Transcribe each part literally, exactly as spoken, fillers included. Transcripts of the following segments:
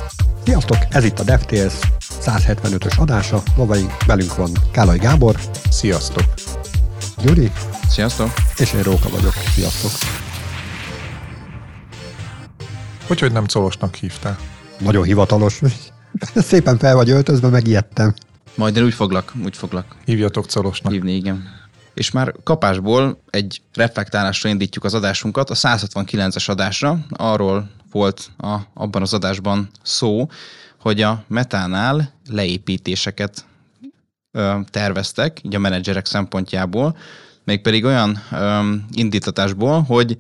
Sziasztok, ez itt a DevTales száz hetvenötös adása, ma velünk van Kálai Gábor. Sziasztok. Gyuri. Sziasztok. És én Róka vagyok. Sziasztok. Hogy, hogy nem Colosnak hívtál? Nagyon hivatalos. Szépen fel vagy öltözve, megijedtem. Majd én úgy foglak, úgy foglak. Hívjatok Colosnak. Hívni, igen. És már kapásból egy reflektálásra indítjuk az adásunkat, a száz hatvankilences adásra. Arról volt a, abban az adásban szó, hogy a Metánál leépítéseket ö, terveztek, így a menedzserek szempontjából, mégpedig olyan ö, indítatásból, hogy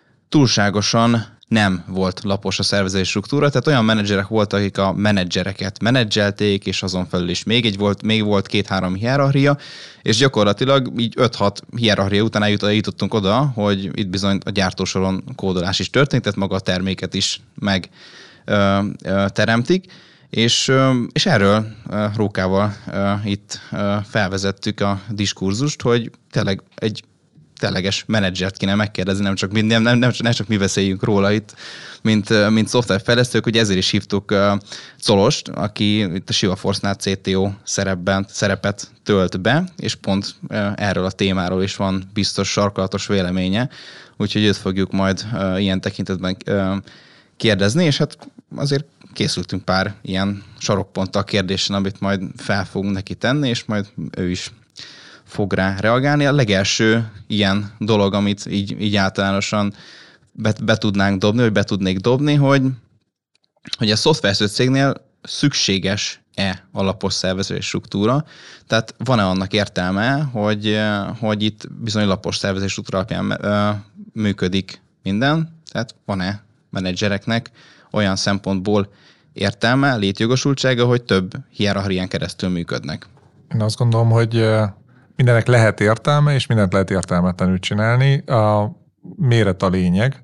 túlságosan nem volt lapos a szervezési struktúra, tehát olyan menedzserek voltak, akik a menedzsereket menedzselték, és azon felül is még, egy volt, még volt két-három hierarchia, és gyakorlatilag így öt-hat hierarchia után eljutottunk oda, hogy itt bizony a gyártósoron kódolás is történt, tehát maga a terméket is meg ö, ö, teremtik, és, ö, és erről ö, Rókával ö, itt ö, felvezettük a diskurzust, hogy tényleg egy tényleges menedzsert kéne megkérdezni, nem csak, nem, nem, nem, csak, nem csak mi beszéljünk róla itt, mint, mint szoftverfejlesztők, hogy ezért is hívtuk uh, Colost, aki itt a Sivaforce-nál cé té o szerepben, szerepet tölt be, és pont uh, erről a témáról is van biztos sarkalatos véleménye, úgyhogy őt fogjuk majd uh, ilyen tekintetben uh, kérdezni, és hát azért készültünk pár ilyen sarokponttal kérdésen, amit majd fel fogunk neki tenni, és majd ő is fog rá reagálni. A legelső ilyen dolog, amit így, így általánosan be, be tudnánk dobni, vagy be tudnék dobni, hogy, hogy a szoftverfejlesztő cégnél szükséges-e a lapos szervezési struktúra, tehát van-e annak értelme, hogy, hogy itt bizony lapos szervezési struktúra alapján ö, működik minden, tehát van-e menedzsereknek olyan szempontból értelme, létjogosultsága, hogy több hierarchián keresztül működnek. Én azt gondolom, hogy mindenek lehet értelme, és mindent lehet értelmetlenül csinálni. A méret a lényeg.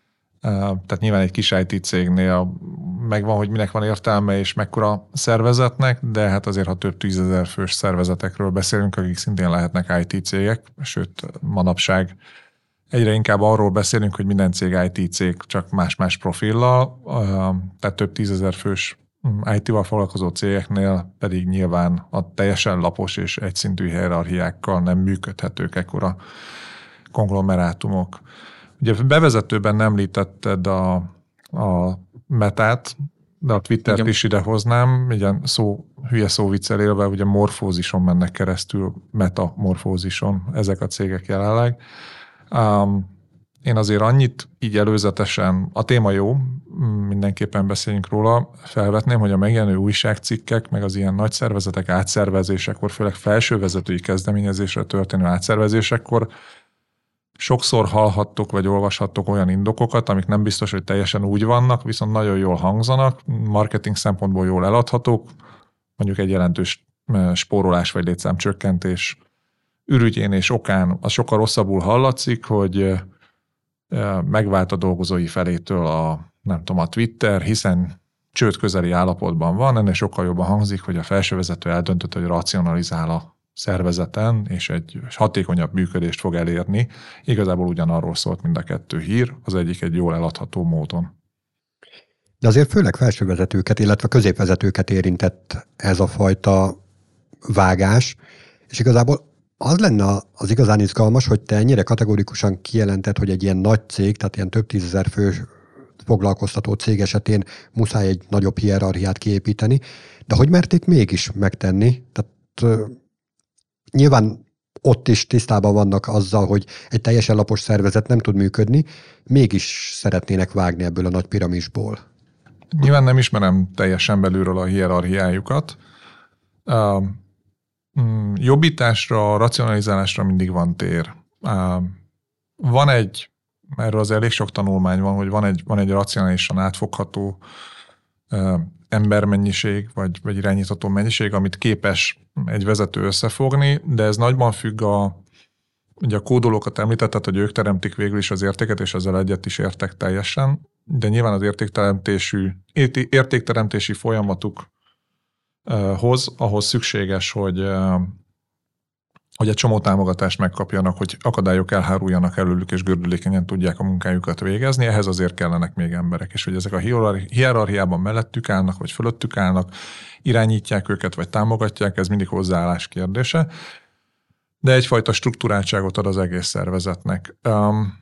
Tehát nyilván egy kis í té cégnél megvan, hogy minek van értelme, és mekkora szervezetnek, de hát azért, ha több tízezer fős szervezetekről beszélünk, akik szintén lehetnek í té cégek, sőt, manapság egyre inkább arról beszélünk, hogy minden cég í té cég, csak más-más profillal, tehát több tízezer fős í té-val foglalkozó cégeknél pedig nyilván a teljesen lapos és egyszintű hierarchiákkal nem működhetők ekkora konglomerátumok. Ugye bevezetőben nem említetted a, a Metát, de a Twittert Igen. is idehoznám, ugye szó, hülye szó viccel élve, ugye morfózison mennek keresztül, metamorfózison ezek a cégek jelenleg. Um, Én azért annyit így előzetesen, a téma jó, mindenképpen beszéljünk róla, felvetném, hogy a megjelenő újságcikkek, meg az ilyen nagy szervezetek átszervezésekor, főleg felsővezetői kezdeményezésre történő átszervezésekor sokszor hallhattok, vagy olvashattok olyan indokokat, amik nem biztos, hogy teljesen úgy vannak, viszont nagyon jól hangzanak, marketing szempontból jól eladhatók, mondjuk egy jelentős spórolás vagy létszámcsökkentés ürügyén és okán az sokkal rosszabbul hallatszik, hogy megvált a dolgozói felétől a, nem tudom, a Twitter, hiszen csőd közeli állapotban van, ennél sokkal jobban hangzik, hogy a felsővezető eldöntött, hogy racionalizál a szervezeten, és egy hatékonyabb működést fog elérni. Igazából ugyanarról szólt mind a kettő hír, az egyik egy jól eladható módon. De azért főleg felsővezetőket, illetve középvezetőket érintett ez a fajta vágás, és igazából az lenne az igazán izgalmas, hogy te ennyire kategorikusan kijelented, hogy egy ilyen nagy cég, tehát ilyen több tízezer fő foglalkoztató cég esetén muszáj egy nagyobb hierarchiát kiépíteni, de hogy merték mégis megtenni? Tehát uh, nyilván ott is tisztában vannak azzal, hogy egy teljesen lapos szervezet nem tud működni, mégis szeretnének vágni ebből a nagy piramisból. Nyilván nem ismerem teljesen belülről a hierarchiájukat. Uh, Jobbításra, racionalizálásra mindig van tér. Van egy, erről az elég sok tanulmány van, hogy van egy, van egy racionálisan átfogható embermennyiség, vagy, vagy irányítható mennyiség, amit képes egy vezető összefogni, de ez nagyban függ a, ugye a kódolókat említetted, hogy ők teremtik végül is az értéket, és ezzel egyet is értek teljesen, de nyilván az értékteremtésű, értékteremtési folyamatuk hoz, ahhoz szükséges, hogy, hogy egy csomó támogatást megkapjanak, hogy akadályok elháruljanak előlük, és gördülékenyen tudják a munkájukat végezni, ehhez azért kellenek még emberek, és hogy ezek a hierarchiában mellettük állnak, vagy fölöttük állnak, irányítják őket, vagy támogatják, ez mindig hozzáállás kérdése, de egyfajta struktúráltságot ad az egész szervezetnek. Um,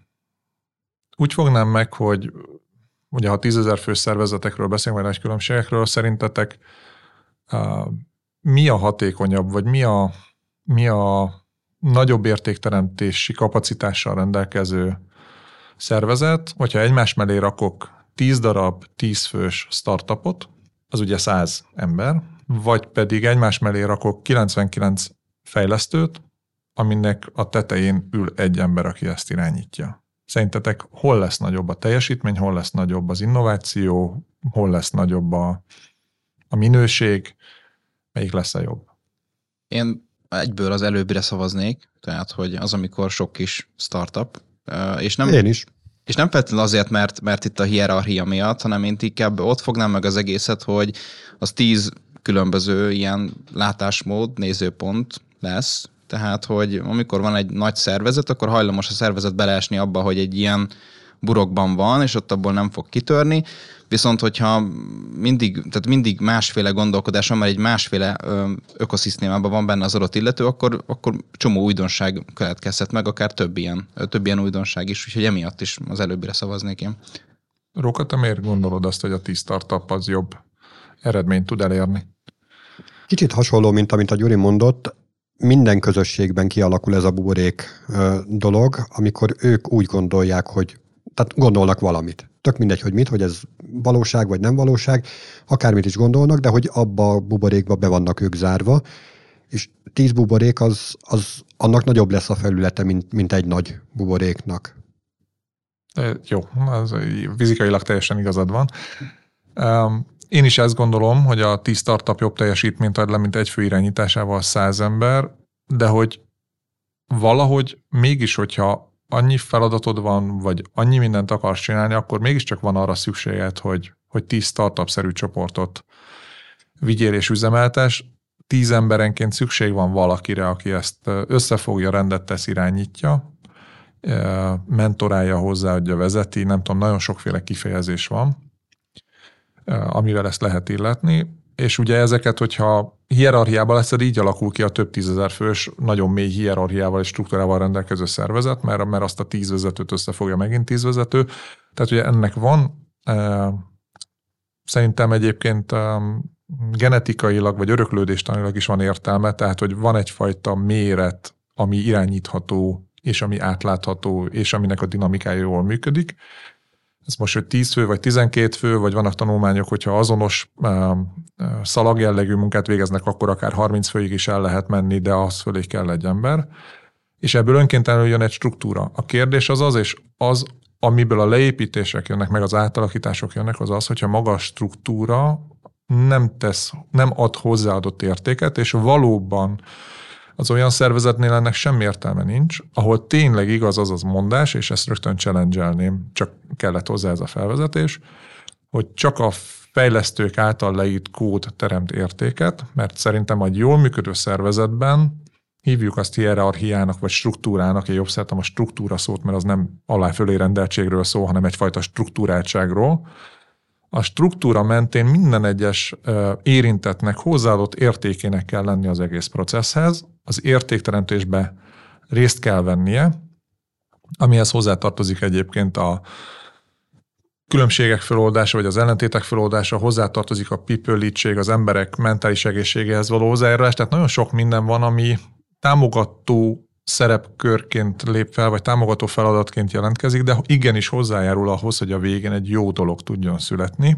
úgy fognám meg, hogy ugye ha tízezer fős szervezetekről beszélünk, vagy nagy különbségekről, szerintetek uh, mi a hatékonyabb, vagy mi a mi a nagyobb értékteremtési kapacitással rendelkező szervezet, hogyha egymás mellé rakok tíz darab tíz fős startupot, az ugye száz ember, vagy pedig egymás mellé rakok kilencvenkilenc fejlesztőt, aminek a tetején ül egy ember, aki ezt irányítja. Szerintetek hol lesz nagyobb a teljesítmény, hol lesz nagyobb az innováció, hol lesz nagyobb a, a minőség, melyik lesz a jobb? Én egyből az előbbire szavaznék, tehát hogy az, amikor sok kis startup, és nem, Én is. És nem feltétlenül azért, mert, mert itt a hierarchia miatt, hanem én inkább ott fognám meg az egészet, hogy az tíz különböző ilyen látásmód, nézőpont lesz, tehát hogy amikor van egy nagy szervezet, akkor hajlamos a szervezet beleesni abba, hogy egy ilyen burokban van, és ott abból nem fog kitörni. Viszont, hogyha mindig, tehát mindig másféle gondolkodás van, mert egy másféle ö, ökoszisztémában van benne az adott illető, akkor, akkor csomó újdonság keletkezhet meg, akár több ilyen, több ilyen újdonság is, úgyhogy emiatt is az előbbire szavaznék én. Róka, te miért gondolod azt, hogy a tíz startup az jobb eredményt tud elérni? Kicsit hasonló, mint amit a Gyuri mondott, minden közösségben kialakul ez a buborék ö, dolog, amikor ők úgy gondolják, hogy tehát gondolnak valamit. Tök mindegy, hogy mit, hogy ez valóság vagy nem valóság, akármit is gondolnak, de hogy abba a buborékba be vannak ők zárva, és tíz buborék az, az annak nagyobb lesz a felülete, mint, mint egy nagy buboréknak. De jó, az fizikailag teljesen igazad van. Én is ezt gondolom, hogy a tíz startup jobb teljesítményt ad le, mint egy fő irányításával száz ember, de hogy valahogy mégis, hogyha annyi feladatod van, vagy annyi mindent akarsz csinálni, akkor mégiscsak van arra szükséged, hogy, hogy tíz startup-szerű csoportot vigyél és üzemeltes. Tíz emberenként szükség van valakire, aki ezt összefogja, rendet tesz, irányítja, mentorálja, hozzáadja, vezeti, nem tudom, nagyon sokféle kifejezés van, amivel ezt lehet illetni. És ugye ezeket, hogyha hierarchiában lesz, így alakul ki a több tízezer fős, nagyon mély hierarchiával és struktúrával rendelkező szervezet, mert, mert azt a tíz vezetőt összefogja megint tíz vezető. Tehát ugye ennek van e, szerintem egyébként e, genetikailag vagy öröklődéstanilag is van értelme, tehát hogy van egyfajta méret, ami irányítható, és ami átlátható, és aminek a dinamikája jól működik. Ez most, hogy tíz fő, vagy tizenkét fő, vagy vannak tanulmányok, hogyha azonos uh, szalagjellegű munkát végeznek, akkor akár harminc főig is el lehet menni, de az fölé kell egy ember. És ebből önkéntelenül jön egy struktúra. A kérdés az az, és az, amiből a leépítések jönnek, meg az átalakítások jönnek, az az, hogyha maga a struktúra nem tesz, nem ad hozzáadott értéket, és valóban az olyan szervezetnél ennek semmi értelme nincs, ahol tényleg igaz az az mondás, és ezt rögtön challenge-elném, csak kellett hozzá ez a felvezetés, hogy csak a fejlesztők által leírt kód teremt értéket, mert szerintem egy jól működő szervezetben hívjuk azt hierarchiának, vagy struktúrának, én jobb szeretem a struktúra szót, mert az nem alá-fölé rendeltségről szól, hanem egyfajta struktúráltságról. A struktúra mentén minden egyes érintettnek hozzáadott értékének kell lenni az egész processzhez, az értékteremtésbe részt kell vennie, amihez hozzátartozik egyébként a különbségek feloldása, vagy az ellentétek feloldása, hozzátartozik a people leadség, az emberek mentális egészségéhez való hozzájárulás, tehát nagyon sok minden van, ami támogató szerepkörként lép fel, vagy támogató feladatként jelentkezik, de igenis hozzájárul ahhoz, hogy a végén egy jó dolog tudjon születni.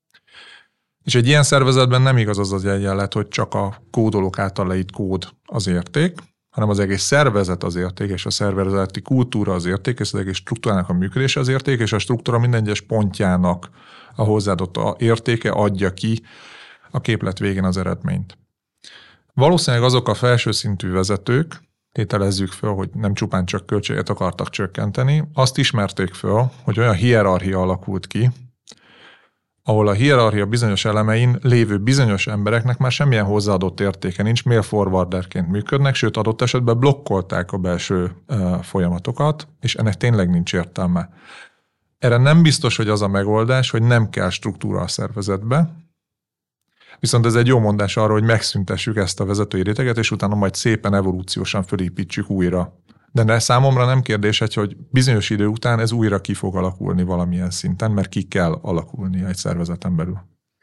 És egy ilyen szervezetben nem igaz az az egyenlet, hogy csak a kódolók által leírt kód az érték, hanem az egész szervezet az érték, és a szervezeti kultúra az érték, és az egész struktúrának a működése az érték, és a struktúra minden egyes pontjának a hozzáadott értéke adja ki a képlet végén az eredményt. Valószínűleg azok a felső szintű vezetők, tételezzük föl, hogy nem csupán csak költséget akartak csökkenteni, azt ismerték föl, hogy olyan hierarchia alakult ki, ahol a hierarchia bizonyos elemein lévő bizonyos embereknek már semmilyen hozzáadott értéke nincs, mail forwarderként működnek, sőt adott esetben blokkolták a belső uh, folyamatokat, és ennek tényleg nincs értelme. Erre nem biztos, hogy az a megoldás, hogy nem kell struktúra a szervezetbe, viszont ez egy jó mondás arra, hogy megszüntessük ezt a vezetői réteget, és utána majd szépen evolúciósan fölépítsük újra. De ne, számomra nem kérdés, hogy bizonyos idő után ez újra ki fog alakulni valamilyen szinten, mert ki kell alakulni egy szervezeten belül.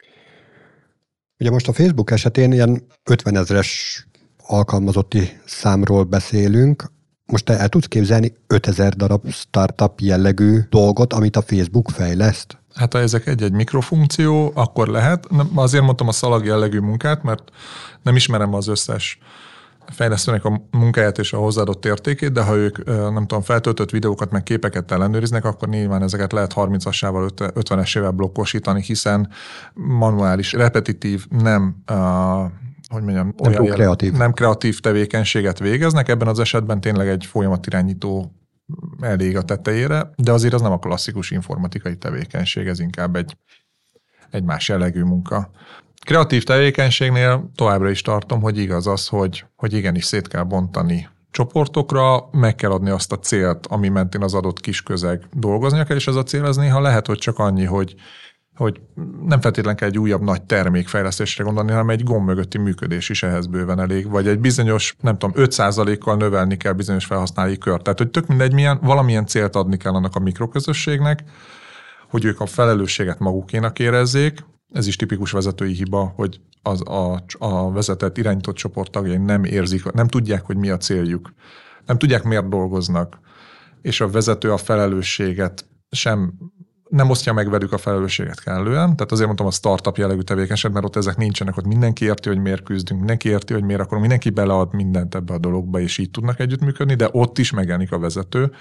Ugye most a Facebook esetén ilyen ötvenezres alkalmazotti számról beszélünk. Most te el tudsz képzelni ötezer darab startup jellegű dolgot, amit a Facebook fejleszt? Hát ha ezek egy-egy mikrofunkció, akkor lehet. Azért mondtam a szalag jellegű munkát, mert nem ismerem az összes fejlesztőnek a munkáját és a hozzáadott értékét, de ha ők, nem tudom, feltöltött videókat, meg képeket ellenőriznek, akkor nyilván ezeket lehet harmincasával, ötvenesével blokkosítani, hiszen manuális, repetitív, nem, uh, hogy mondjam, nem, olyan kreatív. nem kreatív tevékenységet végeznek. Ebben az esetben tényleg egy folyamatirányító elég a tetejére, de azért az nem a klasszikus informatikai tevékenység, ez inkább egy, egy más jellegű munka. Kreatív tevékenységnél továbbra is tartom, hogy igaz az, hogy, hogy igenis szét kell bontani csoportokra, meg kell adni azt a célt, ami mentén az adott kis közeg dolgoznia kell, és ez a cél az néha lehet, hogy csak annyi, hogy, hogy nem feltétlenül kell egy újabb nagy termékfejlesztésre gondolni, hanem egy gomb mögötti működés is ehhez bőven elég, vagy egy bizonyos, nem tudom, öt százalékkal növelni kell bizonyos felhasználói kört. Tehát, hogy tök mindegy, milyen, valamilyen célt adni kell annak a mikroközösségnek, hogy ők a felelősséget magukénak érezzék. Ez is tipikus vezetői hiba, hogy az a, a vezetett, irányított csoport tagjai nem érzik, nem tudják, hogy mi a céljuk. Nem tudják, miért dolgoznak. És a vezető a felelősséget sem, nem osztja meg velük a felelősséget kellően. Tehát azért mondtam a startup jellegű tevékenység, mert ott ezek nincsenek, ott mindenki érti, hogy miért küzdünk, mindenki érti, hogy miért akarunk, mindenki belead mindent ebbe a dologba, és így tudnak együttműködni, de ott is megjelenik a vezető.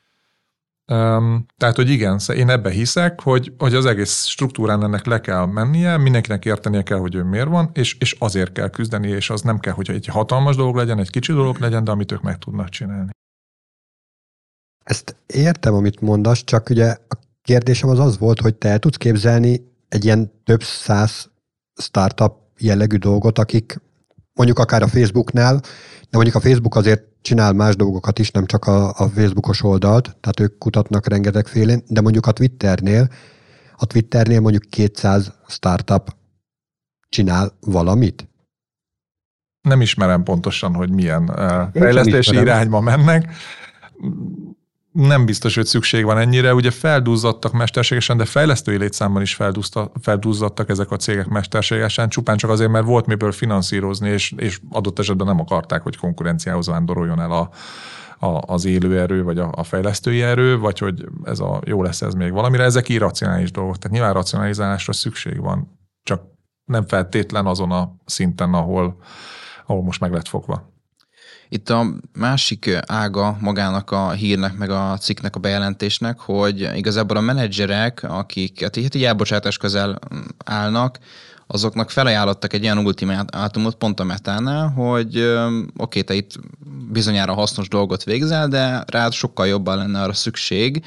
Um, tehát, hogy igen, én ebbe hiszek, hogy, hogy az egész struktúrán ennek le kell mennie, mindenkinek értenie kell, hogy ő miért van, és, és azért kell küzdeni, és az nem kell, hogy egy hatalmas dolog legyen, egy kicsi dolog legyen, de amit ők meg tudnak csinálni. Ezt értem, amit mondasz, csak ugye a kérdésem az az volt, hogy te el tudsz képzelni egy ilyen több száz startup jellegű dolgot, akik mondjuk akár a Facebooknál, de mondjuk a Facebook azért csinál más dolgokat is, nem csak a, a Facebookos oldalt, tehát ők kutatnak rengetegfélén, de mondjuk a Twitternél, a Twitternél mondjuk kétszáz startup csinál valamit? Nem ismerem pontosan, hogy milyen uh, fejlesztési irányba mennek. Nem biztos, hogy szükség van ennyire. Ugye feldúzzadtak mesterségesen, de fejlesztői létszámban is feldúzzadtak ezek a cégek mesterségesen, csupán csak azért, mert volt miből finanszírozni, és, és adott esetben nem akarták, hogy konkurenciához vándoroljon el a, a, az élőerő, vagy a, a fejlesztői erő, vagy hogy ez a jó lesz ez még valamire. Ezek irracionális dolgok. Tehát nyilván racionalizálásra szükség van, csak nem feltétlen azon a szinten, ahol, ahol most meg lett fogva. Itt a másik ága magának a hírnek, meg a cikknek, a bejelentésnek, hogy igazából a menedzserek, akik hát így elbocsátás közel állnak, azoknak felajánlottak egy ilyen ultimátumot pont a Metánál, hogy oké, okay, te itt bizonyára hasznos dolgot végzel, de rád sokkal jobban lenne arra szükség,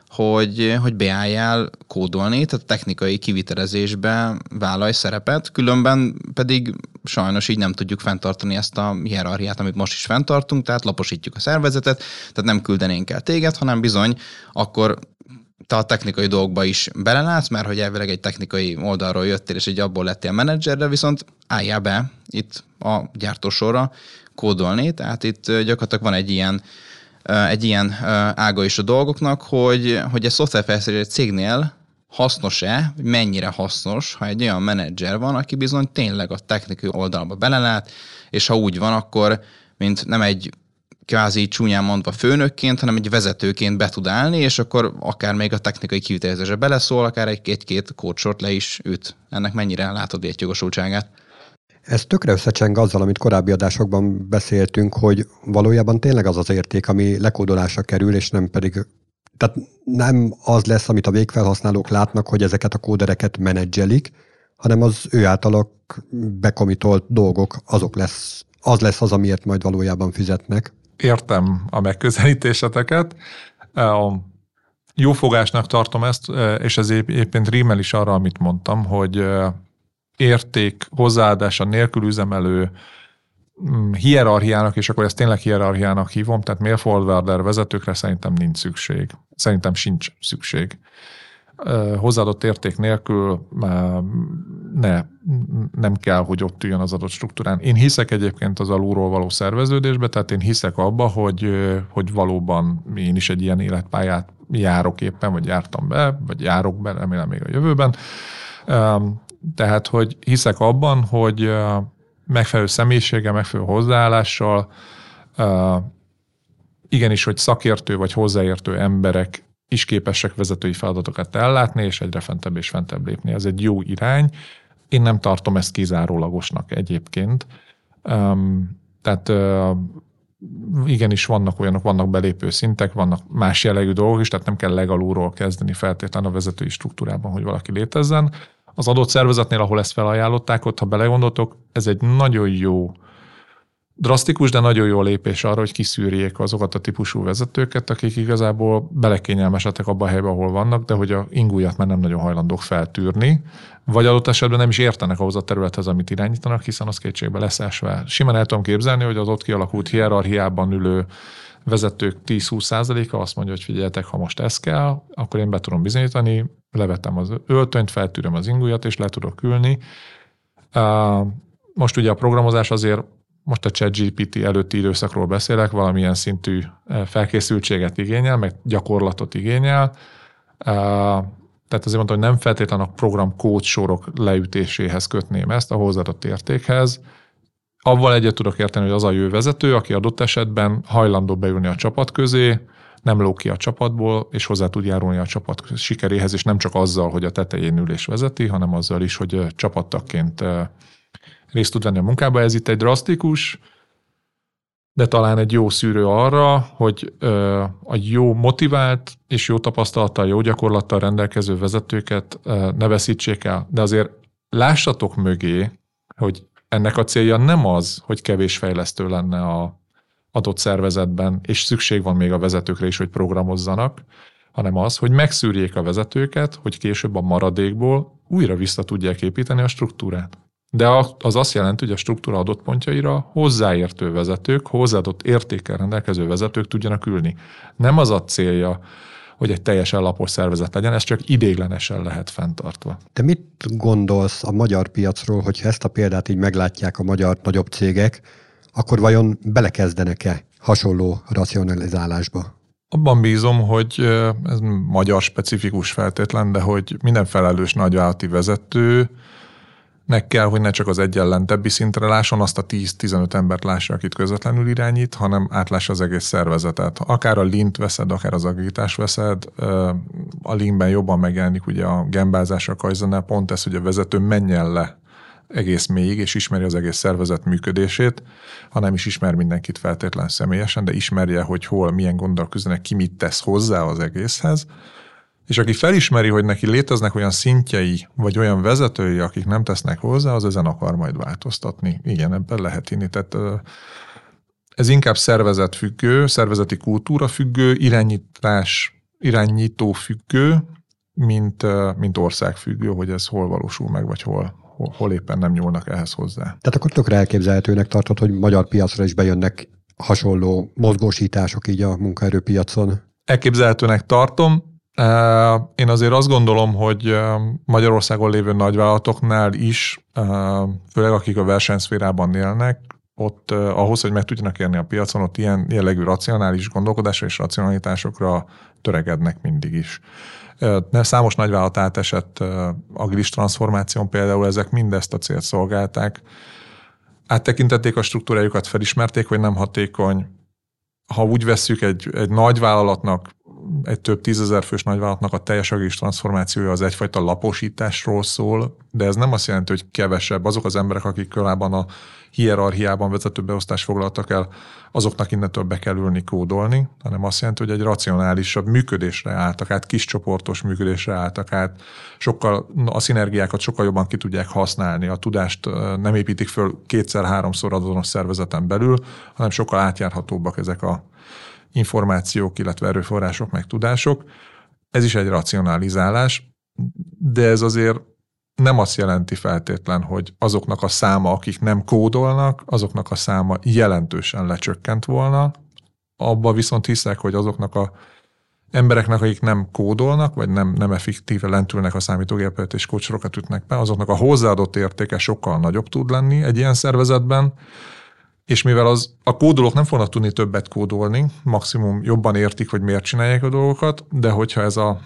hogy, hogy beálljál kódolni, tehát a technikai kivitelezésbe vállalj szerepet, különben pedig sajnos így nem tudjuk fenntartani ezt a hierarchiát, amit most is fenntartunk, tehát laposítjuk a szervezetet, tehát nem küldenénk el téged, hanem bizony akkor te a technikai dolgokba is belelátsz, mert hogy elvileg egy technikai oldalról jöttél, és egy abból lettél menedzserre, viszont álljál be itt a gyártósorra kódolni, tehát itt gyakorlatilag van egy ilyen egy ilyen ága is a dolgoknak, hogy, hogy a szoftverfejlesztés cégnél hasznos-e, mennyire hasznos, ha egy olyan menedzser van, aki bizony tényleg a technikai oldalba belelát, és ha úgy van, akkor mint nem egy kvázi csúnyán mondva főnökként, hanem egy vezetőként be tud állni, és akkor akár még a technikai kivitelezésre beleszól, akár egy-két kódsort le is üt. Ennek mennyire látod létjogosultságát? Ez tökre összecseng azzal, amit korábbi adásokban beszéltünk, hogy valójában tényleg az az érték, ami lekódolásra kerül, és nem pedig, tehát nem az lesz, amit a végfelhasználók látnak, hogy ezeket a kódereket menedzselik, hanem az ő általak bekomitolt dolgok, azok lesz, az lesz az, amiért majd valójában fizetnek. Értem a megközelítéseteket. Jófogásnak tartom ezt, és ez éppen rímel is arra, amit mondtam, hogy érték hozzáadása nélkül üzemelő hierarchiának, és akkor ezt tényleg hierarchiának hívom, tehát mail-forwarder vezetőkre szerintem nincs szükség. Szerintem sincs szükség. Hozzáadott érték nélkül ne, nem kell, hogy ott üljön az adott struktúrán. Én hiszek egyébként az alulról való szerveződésbe, tehát én hiszek abba, hogy, hogy valóban én is egy ilyen életpályát járok éppen, vagy jártam be, vagy járok be, remélem még a jövőben. Tehát, hogy hiszek abban, hogy megfelelő személyiséggel, megfelelő hozzáállással, igenis, hogy szakértő vagy hozzáértő emberek is képesek vezetői feladatokat ellátni, és egyre fentebb és fentebb lépni. Ez egy jó irány. Én nem tartom ezt kizárólagosnak egyébként. Tehát igenis vannak olyanok, vannak belépő szintek, vannak más jellegű dolgok is, tehát nem kell legalulról kezdeni feltétlenül a vezetői struktúrában, hogy valaki létezzen. Az adott szervezetnél, ahol ezt felajánlották, ott, ha belegondoltok, ez egy nagyon jó, drasztikus, de nagyon jó lépés arra, hogy kiszűrjék azokat a típusú vezetőket, akik igazából belekényelmesedtek abba a helybe, ahol vannak, de hogy a ingújat már nem nagyon hajlandók feltűrni, vagy adott esetben nem is értenek ahhoz a területhez, amit irányítanak, hiszen az kétségbe lesz esve. Simán el tudom képzelni, hogy az ott kialakult hierarchiában ülő vezetők tíz-húsz százaléka azt mondja, hogy figyeljetek, ha most ez kell, akkor én be tudom bizonyítani, levetem az öltönyt, feltűröm az ingújat, és le tudok ülni. Most ugye a programozás azért, most a ChatGPT előtti időszakról beszélek, valamilyen szintű felkészültséget igényel, meg gyakorlatot igényel. Tehát azért mondtam, hogy nem feltétlenül a program kód sorok leütéséhez kötném ezt, a hozzáadott értékhez. Avval egyet tudok érteni, hogy az a jó vezető, aki adott esetben hajlandó beülni a csapat közé, nem ló ki a csapatból, és hozzá tud járulni a csapat sikeréhez, és nem csak azzal, hogy a tetején ül és vezeti, hanem azzal is, hogy csapattagként részt tud venni a munkába. Ez itt egy drasztikus, de talán egy jó szűrő arra, hogy a jó motivált és jó tapasztalattal, jó gyakorlattal rendelkező vezetőket ne veszítsék el. De azért lássatok mögé, hogy ennek a célja nem az, hogy kevés fejlesztő lenne a adott szervezetben, és szükség van még a vezetőkre is, hogy programozzanak, hanem az, hogy megszűrjék a vezetőket, hogy később a maradékból újra vissza tudják építeni a struktúrát. De az azt jelenti, hogy a struktúra adott pontjaira hozzáértő vezetők, hozzáadott értékkel rendelkező vezetők tudjanak ülni. Nem az a célja, hogy egy teljesen lapos szervezet legyen, ez csak ideiglenesen lehet fenntartva. Te mit gondolsz a magyar piacról, hogyha ezt a példát így meglátják a magyar nagyobb cégek, akkor vajon belekezdenek-e hasonló racionalizálásba? Abban bízom, hogy ez magyar specifikus feltétlen, de hogy minden felelős nagyvállalati vezető nek kell, hogy ne csak az egyenlentebbi szintre lásson, azt a tíz-tizenöt embert lássa, akit közvetlenül irányít, hanem átlássa az egész szervezetet. Akár a Lean-t veszed, akár az agilitás veszed, a Lean-ben jobban megjelenik ugye a gembázás, a kaizen-nel pont ez, hogy a vezető menjen le egész mélyig, és ismeri az egész szervezet működését, ha nem is ismer mindenkit feltétlen személyesen, de ismerje, hogy hol, milyen gonddal küzdenek, ki mit tesz hozzá az egészhez. És aki felismeri, hogy neki léteznek olyan szintjei, vagy olyan vezetői, akik nem tesznek hozzá, az ezen akar majd változtatni. Igen, ebben lehet hinni. Tehát ez inkább szervezetfüggő, szervezeti kultúra függő, irányítás, irányító függő, mint, mint országfüggő, hogy ez hol valósul meg, vagy hol, hol, hol éppen nem nyúlnak ehhez hozzá. Tehát akkor tökre elképzelhetőnek tartod, hogy magyar piacra is bejönnek hasonló mozgósítások így a munkaerőpiacon? Elképzelhetőnek tartom. Én azért azt gondolom, hogy Magyarországon lévő nagyvállalatoknál is, főleg akik a versenyszférában élnek, ott ahhoz, hogy meg tudjanak érni a piacon, ott ilyen jellegű racionális gondolkodásra és racionalitásokra töregednek mindig is. Számos nagyvállalat átesett agilis transformáción például, ezek mindezt a célt szolgálták. Áttekintették a struktúrájukat, felismerték, hogy nem hatékony. Ha úgy vesszük, egy, egy nagyvállalatnak, egy több tízezer fős nagyvállalatnak a teljes agilis transformációja az egyfajta laposításról szól, de ez nem azt jelenti, hogy kevesebb. Azok az emberek, akik korábban a hierarchiában vezető beosztást foglaltak el, azoknak innentől be kell ülni kódolni, hanem azt jelenti, hogy egy racionálisabb működésre álltak át, kiscsoportos működésre álltak át, sokkal, a szinergiákat sokkal jobban ki tudják használni, a tudást nem építik föl kétszer-háromszor azonos szervezeten belül, hanem sokkal átjárhatóbbak ezek a információk, illetve erőforrások, meg tudások. ez is egy racionalizálás, de ez azért nem azt jelenti feltétlen, hogy azoknak a száma, akik nem kódolnak, azoknak a száma jelentősen lecsökkent volna. Abba viszont hiszek, hogy azoknak a embereknek, akik nem kódolnak, vagy nem, nem effektíve lentülnek a számítógépet és kócsorokat ütnek be, azoknak a hozzáadott értéke sokkal nagyobb tud lenni egy ilyen szervezetben, és mivel az, a kódolók nem fognak tudni többet kódolni, maximum jobban értik, hogy miért csinálják a dolgokat, de hogyha ez a,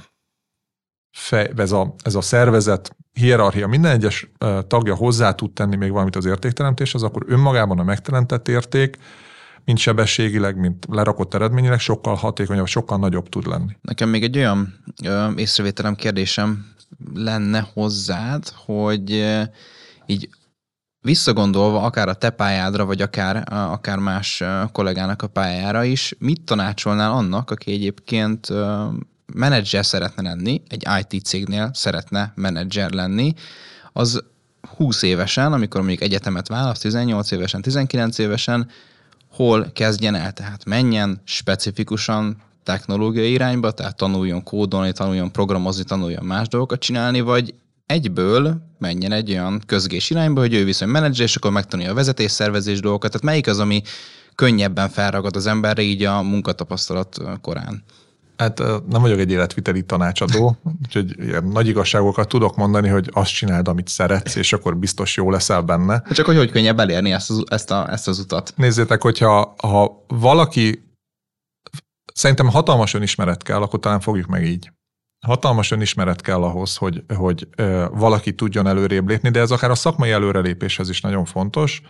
fej, ez a, ez a szervezet hierarchia minden egyes tagja hozzá tud tenni még valamit az értékteremtéshez, akkor önmagában a megteremtett érték, mint sebességileg, mint lerakott eredményileg sokkal hatékonyabb, sokkal nagyobb tud lenni. Nekem még egy olyan ö, észrevételem, kérdésem lenne hozzád, hogy ö, így visszagondolva akár a te pályádra, vagy akár, akár más kollégának a pályára is, mit tanácsolnál annak, aki egyébként ö, menedzser szeretne lenni, egy i té cégnél szeretne menedzser lenni, az húsz évesen, amikor mondjuk egyetemet választ, tizennyolc évesen, tizenkilenc évesen, hol kezdjen el, tehát menjen specifikusan technológiai irányba, tehát tanuljon kódolni, tanuljon programozni, tanuljon más dolgokat csinálni, vagy egyből menjen egy olyan közgés irányba, hogy ő viszont menedzser, és akkor megtanulja a vezetésszervezés dolgokat. Tehát melyik az, ami könnyebben felragad az emberre így a munkatapasztalat korán? Hát nem vagyok egy életviteli tanácsadó, úgyhogy ilyen nagy igazságokat tudok mondani, hogy azt csináld, amit szeretsz, és akkor biztos jó leszel benne. Csak hogy hogy könnyebb elérni ezt az, ezt, a, ezt az utat? Nézzétek, hogyha ha valaki, szerintem hatalmas önismeret kell, akkor talán fogjuk meg így. Hatalmas önismeret kell ahhoz, hogy, hogy ö, valaki tudjon előrébb lépni, de ez akár a szakmai előrelépéshez is nagyon fontos.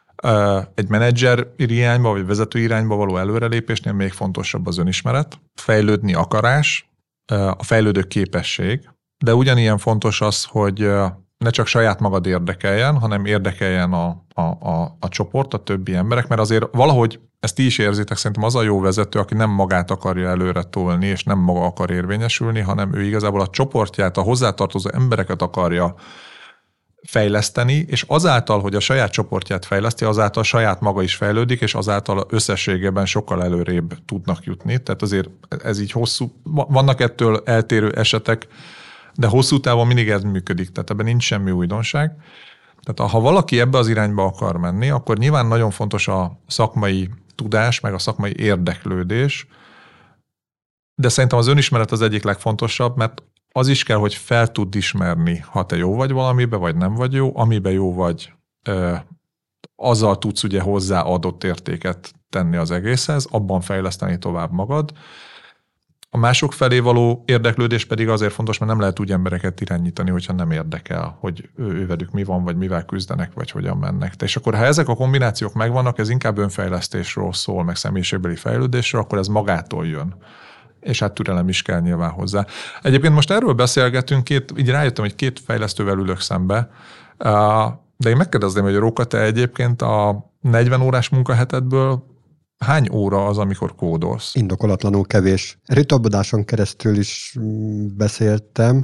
Egy menedzser irányba, vagy vezető irányba való előrelépésnél még fontosabb az önismeret, fejlődni akarás, a fejlődő képesség, de ugyanilyen fontos az, hogy ne csak saját magad érdekeljen, hanem érdekeljen a, a, a, a csoport, a többi emberek, mert azért valahogy ezt ti is érzitek, szerintem az a jó vezető, aki nem magát akarja előre tolni, és nem maga akar érvényesülni, hanem ő igazából a csoportját, a hozzátartozó embereket akarja fejleszteni, és azáltal, hogy a saját csoportját fejleszti, azáltal saját maga is fejlődik, és azáltal összességében sokkal előrébb tudnak jutni. Tehát azért ez így hosszú, vannak ettől eltérő esetek, de hosszú távon mindig ez működik, tehát ebben nincs semmi újdonság. Tehát ha valaki ebbe az irányba akar menni, akkor nyilván nagyon fontos a szakmai tudás, meg a szakmai érdeklődés, de szerintem az önismeret az egyik legfontosabb, mert az is kell, hogy fel tudd ismerni, ha te jó vagy valamibe, vagy nem vagy jó, amiben jó vagy, ö, azzal tudsz ugye hozzá adott értéket tenni az egészhez, abban fejleszteni tovább magad. A mások felé való érdeklődés pedig azért fontos, mert nem lehet úgy embereket irányítani, hogyha nem érdekel, hogy ővelük mi van, vagy mivel küzdenek, vagy hogyan mennek. És akkor, ha ezek a kombinációk megvannak, ez inkább önfejlesztésről szól, meg személyiségbeli fejlődésről, akkor ez magától jön. És hát türelem is kell nyilván hozzá. Egyébként most erről beszélgetünk, két, így rájöttem, hogy két fejlesztővel ülök szembe, de én megkérdezném, hogy Róka, te egyébként a negyven órás munkahetedből hány óra az, amikor kódolsz? Indokolatlanul kevés. Ritobodáson keresztül is beszéltem.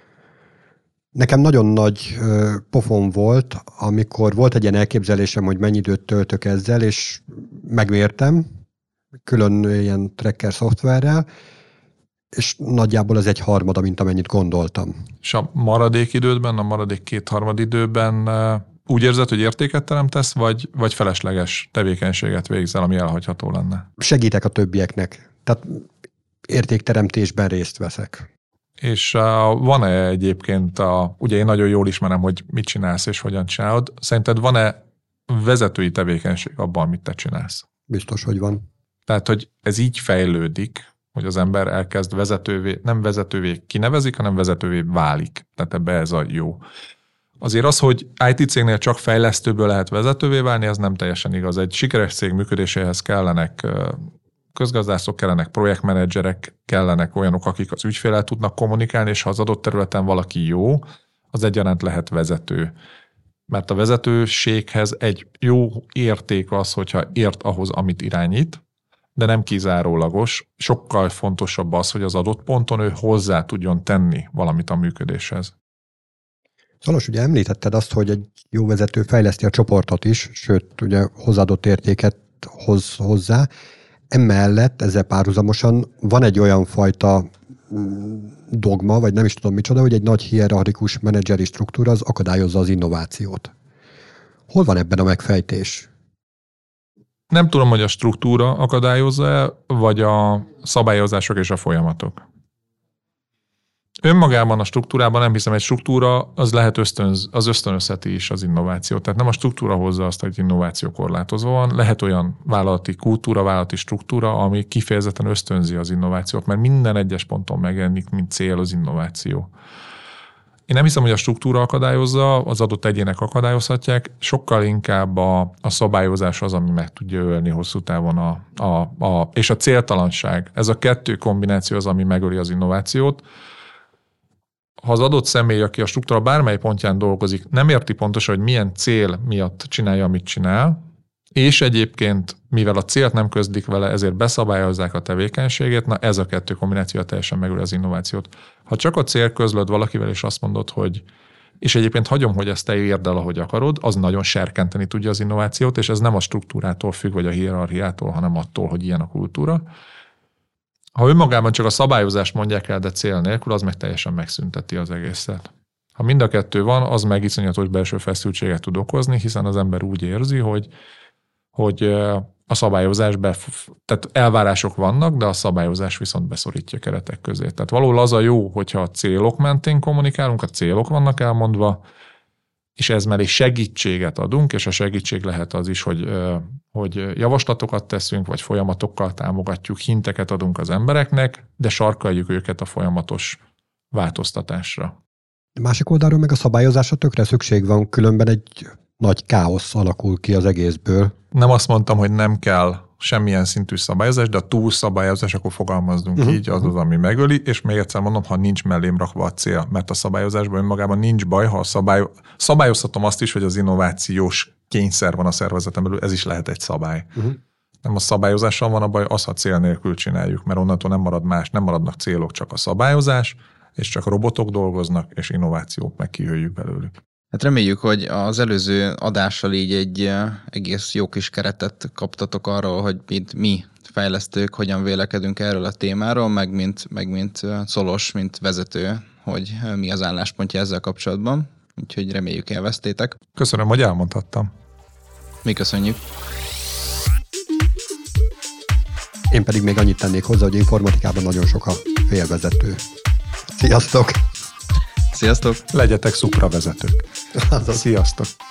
Nekem nagyon nagy pofon volt, amikor volt egy ilyen elképzelésem, hogy mennyi időt töltök ezzel, és megmértem, külön ilyen tracker szoftverrel, és nagyjából ez egy harmada, mint amennyit gondoltam. És a maradék időben, a maradék kétharmad időben úgy érzed, hogy értéket teremtesz, vagy, vagy felesleges tevékenységet végzel, ami elhagyható lenne? Segítek a többieknek. Tehát értékteremtésben részt veszek. És uh, van-e egyébként, a, ugye én nagyon jól ismerem, hogy mit csinálsz és hogyan csinálod, szerinted van-e vezetői tevékenység abban, amit te csinálsz? Biztos, hogy van. Tehát, hogy ez így fejlődik, hogy az ember elkezd vezetővé, nem vezetővé kinevezik, hanem vezetővé válik. Tehát ebbe ez a jó. Azért az, hogy i té cégnél csak fejlesztőből lehet vezetővé válni, ez nem teljesen igaz. Egy sikeres cég működéséhez kellenek közgazdászok, kellenek projektmenedzserek, kellenek olyanok, akik az ügyféllel tudnak kommunikálni, és ha az adott területen valaki jó, az egyaránt lehet vezető. Mert a vezetőséghez egy jó érték az, hogyha ért ahhoz, amit irányít, de nem kizárólagos. Sokkal fontosabb az, hogy az adott ponton ő hozzá tudjon tenni valamit a működéshez. Szalos, ugye említetted azt, hogy egy jó vezető fejleszti a csoportot is, sőt, ugye hozzáadott értéket hoz hozzá. Emellett ezzel párhuzamosan van egy olyan fajta dogma, vagy nem is tudom micsoda, hogy egy nagy hierarchikus menedzseri struktúra az akadályozza az innovációt. Hol van ebben a megfejtés? Nem tudom, hogy a struktúra akadályozza, vagy a szabályozások és a folyamatok. Önmagában a struktúrában nem hiszem, egy struktúra az lehet ösztönz, az ösztönözheti is az innovációt. Tehát nem a struktúra hozza azt, hogy innováció korlátozva van. Lehet olyan vállalati kultúra, vállalati struktúra, ami kifejezetten ösztönzi az innovációt, mert minden egyes ponton megjelenik, mint cél az innováció. Én nem hiszem, hogy a struktúra akadályozza, az adott egyének akadályozhatják, sokkal inkább a, a szabályozás az, ami meg tudja ölni hosszú távon a, a, a, és a céltalanság. Ez a kettő kombináció az, ami megöli az innovációt. Ha az adott személy, aki a struktúra bármely pontján dolgozik, nem érti pontosan, hogy milyen cél miatt csinálja, amit csinál, és egyébként, mivel a célt nem közlik vele, ezért beszabályozzák a tevékenységét, na ez a kettő kombináció teljesen megöli az innovációt. Ha csak a cél közlöd valakivel, és azt mondod, hogy és egyébként hagyom, hogy ezt te érd el, ahogy akarod, az nagyon serkenteni tudja az innovációt, és ez nem a struktúrától függ, vagy a hierarchiától, hanem attól, hogy ilyen a kultúra. Ha önmagában csak a szabályozást mondják el, de cél nélkül, az meg teljesen megszünteti az egészet. Ha mind a kettő van, az meg iszonyatos belső feszültséget tud okozni, hiszen az ember úgy érzi, hogy, hogy a szabályozás, bef- tehát elvárások vannak, de a szabályozás viszont beszorítja keretek közé. Tehát valahol az a jó, hogyha a célok mentén kommunikálunk, a célok vannak elmondva, és ez mellé segítséget adunk, és a segítség lehet az is, hogy, hogy javaslatokat teszünk, vagy folyamatokkal támogatjuk, hinteket adunk az embereknek, de sarkaljuk őket a folyamatos változtatásra. A másik oldalról meg a szabályozásra tökre szükség van, különben egy nagy káosz alakul ki az egészből. Nem azt mondtam, hogy nem kell semmilyen szintű szabályozás, de a túlszabályozás, akkor fogalmazzunk uh-huh. így, az az, ami megöli, és még egyszer mondom, ha nincs mellém rakva a cél, mert a szabályozásban önmagában nincs baj, ha a szabály... szabályozhatom azt is, hogy az innovációs kényszer van a szervezeten belül, ez is lehet egy szabály. Uh-huh. Nem a szabályozással van a baj, az, ha cél nélkül csináljuk, mert onnantól nem marad más, nem maradnak célok, csak a szabályozás, és csak robotok dolgoznak, és innovációt meg kihőjük belőlük. Hát reméljük, hogy az előző adással így egy egész jó kis keretet kaptatok arról, hogy mint mi fejlesztők hogyan vélekedünk erről a témáról, meg mint, meg mint Szolos, mint vezető, hogy mi az álláspontja ezzel kapcsolatban. Úgyhogy reméljük élveztétek. Köszönöm, hogy elmondhattam. Mi köszönjük. Én pedig még annyit tennék hozzá, hogy informatikában nagyon sok a félvezető. Sziasztok! Sziasztok! Legyetek szupravezetők. Sziasztok!